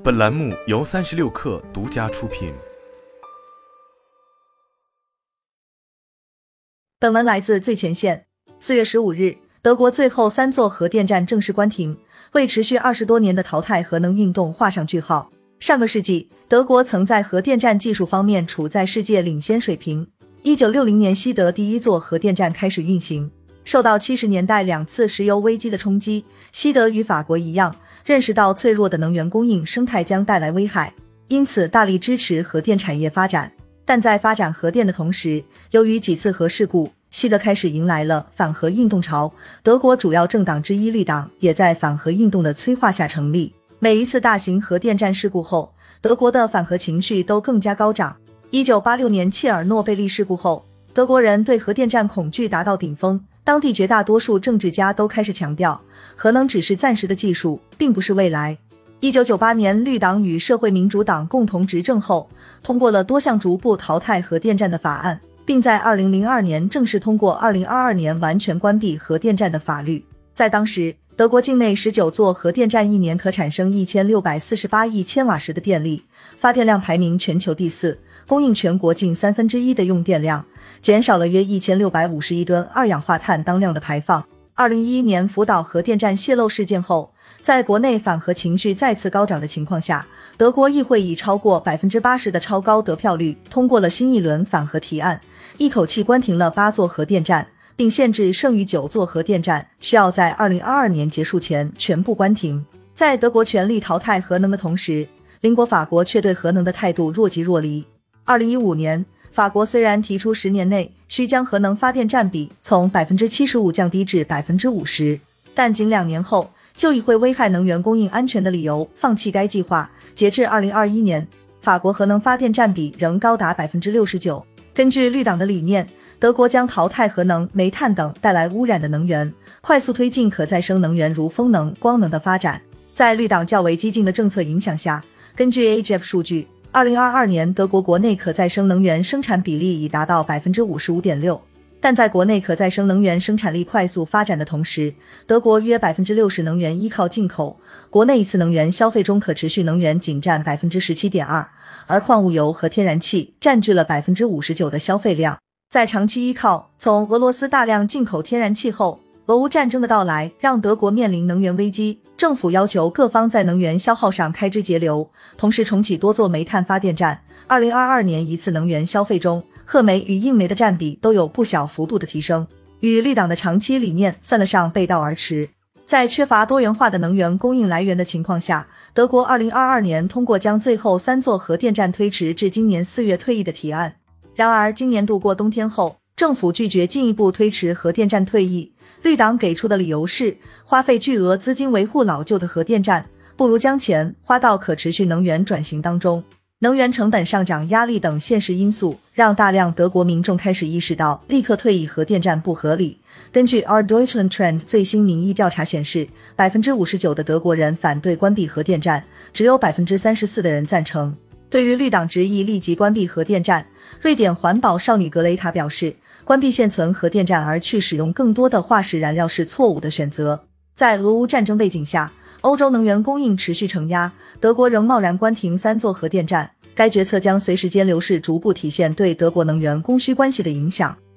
本栏目由36氪独家出品。 本文来自最前线。4月15日，德国最后3座核电站正式关停，为持续20多年的淘汰核能运动画上句号。上个世纪，德国曾在核电站技术方面处在世界领先水平。1960年，西德第一座核电站开始运行。受到70年代2次石油危机的冲击，西德与法国一样，认识到脆弱的能源供应生态将带来危害，因此大力支持核电产业发展。但在发展核电的同时，由于几次核事故，西德开始迎来了反核运动潮。德国主要政党之一绿党也在反核运动的催化下成立。每一次大型核电站事故后，德国的反核情绪都更加高涨。1986年切尔诺贝利事故后，德国人对核电站恐惧达到顶峰，当地绝大多数政治家都开始强调，核能只是暂时的技术，并不是未来。1998年，绿党与社会民主党共同执政后，通过了多项逐步淘汰核电站的法案，并在2002年正式通过2022年完全关闭核电站的法律。在当时，德国境内19座核电站一年可产生1648亿千瓦时的电力，发电量排名全球第4，供应全国近1/3的用电量，减少了约1650亿吨二氧化碳当量的排放。2011年福岛核电站泄漏事件后，在国内反核情绪再次高涨的情况下，德国议会以超过 80% 的超高得票率通过了新一轮反核提案，一口气关停了8座核电站，并限制剩余9座核电站需要在2022年结束前全部关停。在德国全力淘汰核能的同时，邻国法国却对核能的态度若即若离。2015年，法国虽然提出10年内需将核能发电占比从 75% 降低至 50%， 但仅2年后就以会危害能源供应安全的理由放弃该计划。截至2021年，法国核能发电占比仍高达 69%。 根据绿党的理念，德国将淘汰核能、煤炭等带来污染的能源，快速推进可再生能源如风能、光能的发展。在绿党较为激进的政策影响下，根据 AGEP 数据，2022年德国国内可再生能源生产比例已达到 55.6%。 但在国内可再生能源生产力快速发展的同时，德国约 60% 能源依靠进口，国内一次能源消费中可持续能源仅占 17.2%， 而矿物油和天然气占据了 59% 的消费量。在长期依靠从俄罗斯大量进口天然气后，俄乌战争的到来让德国面临能源危机，政府要求各方在能源消耗上开支节流，同时重启多座煤炭发电站。2022年一次能源消费中，褐煤与硬煤的占比都有不小幅度的提升，与绿党的长期理念算得上背道而驰。在缺乏多元化的能源供应来源的情况下，德国2022年通过将最后3座核电站推迟至今年4月退役的提案。然而今年度过冬天后，政府拒绝进一步推迟核电站退役，绿党给出的理由是花费巨额资金维护老旧的核电站，不如将钱花到可持续能源转型当中。能源成本上涨压力等现实因素让大量德国民众开始意识到立刻退役核电站不合理。根据 Our Deutschland Trend 最新民意调查显示， 59% 的德国人反对关闭核电站，只有 34% 的人赞成。对于绿党执意立即关闭核电站，瑞典环保少女格雷塔表示，关闭现存核电站而去使用更多的化石燃料是错误的选择。在俄乌战争背景下，欧洲能源供应持续承压，德国仍贸然关停3座核电站，该决策将随时间流逝逐步体现对德国能源供需关系的影响。